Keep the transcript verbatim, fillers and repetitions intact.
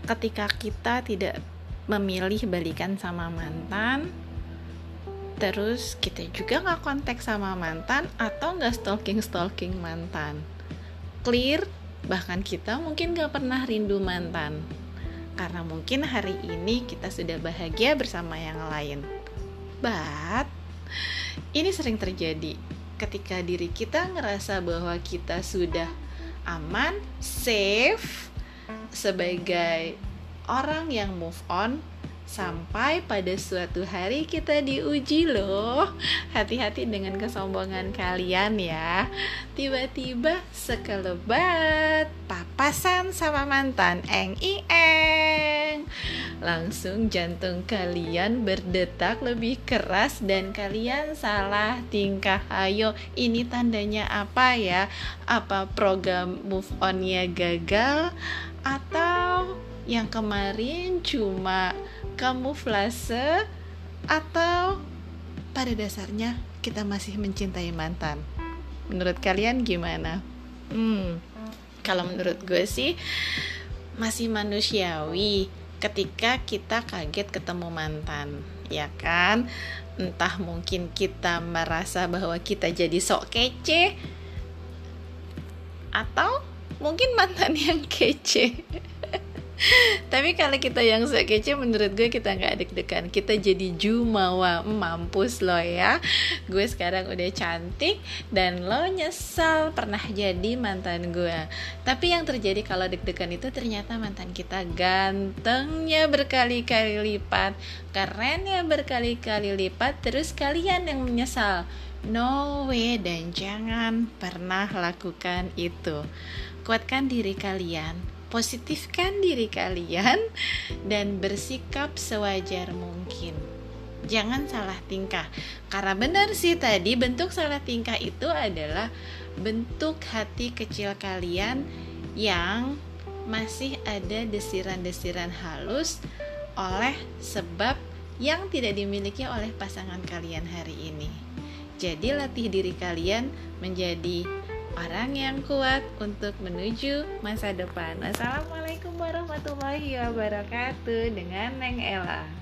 ketika kita tidak memilih balikan sama mantan, terus kita juga gak kontak sama mantan atau gak stalking-stalking mantan. Clear, bahkan kita mungkin gak pernah rindu mantan karena mungkin hari ini kita sudah bahagia bersama yang lain. But ini sering terjadi ketika diri kita ngerasa bahwa kita sudah aman, safe sebagai orang yang move on, sampai pada suatu hari kita diuji loh. Hati-hati dengan kesombongan kalian ya. Tiba-tiba sekelebat papasan sama mantan, eng eng. Langsung jantung kalian berdetak lebih keras dan kalian salah tingkah. Ayo, ini tandanya apa ya? Apa program move on-nya gagal? Atau yang kemarin cuma kamuflase, atau pada dasarnya kita masih mencintai mantan? Menurut kalian gimana? Hmm, kalau menurut gue sih masih manusiawi ketika kita kaget ketemu mantan, ya kan? Entah mungkin kita merasa bahwa kita jadi sok kece, atau mungkin mantan yang kece. Tapi kalau kita yang sok kece, menurut gue kita gak deg-degan, kita jadi jumawa, mampus lo ya. Gue sekarang udah cantik dan lo nyesal pernah jadi mantan gue. Tapi yang terjadi kalau deg-degan itu ternyata mantan kita gantengnya berkali-kali lipat, kerennya berkali-kali lipat, terus kalian yang menyesal. No way, dan jangan pernah lakukan itu. Kuatkan diri kalian, positifkan diri kalian, dan bersikap sewajar mungkin. Jangan salah tingkah. Karena benar sih tadi, bentuk salah tingkah itu adalah bentuk hati kecil kalian yang masih ada desiran-desiran halus oleh sebab yang tidak dimiliki oleh pasangan kalian hari ini. Jadi latih diri kalian menjadi orang yang kuat untuk menuju masa depan. Assalamualaikum warahmatullahi wabarakatuh. Dengan Neng Ella.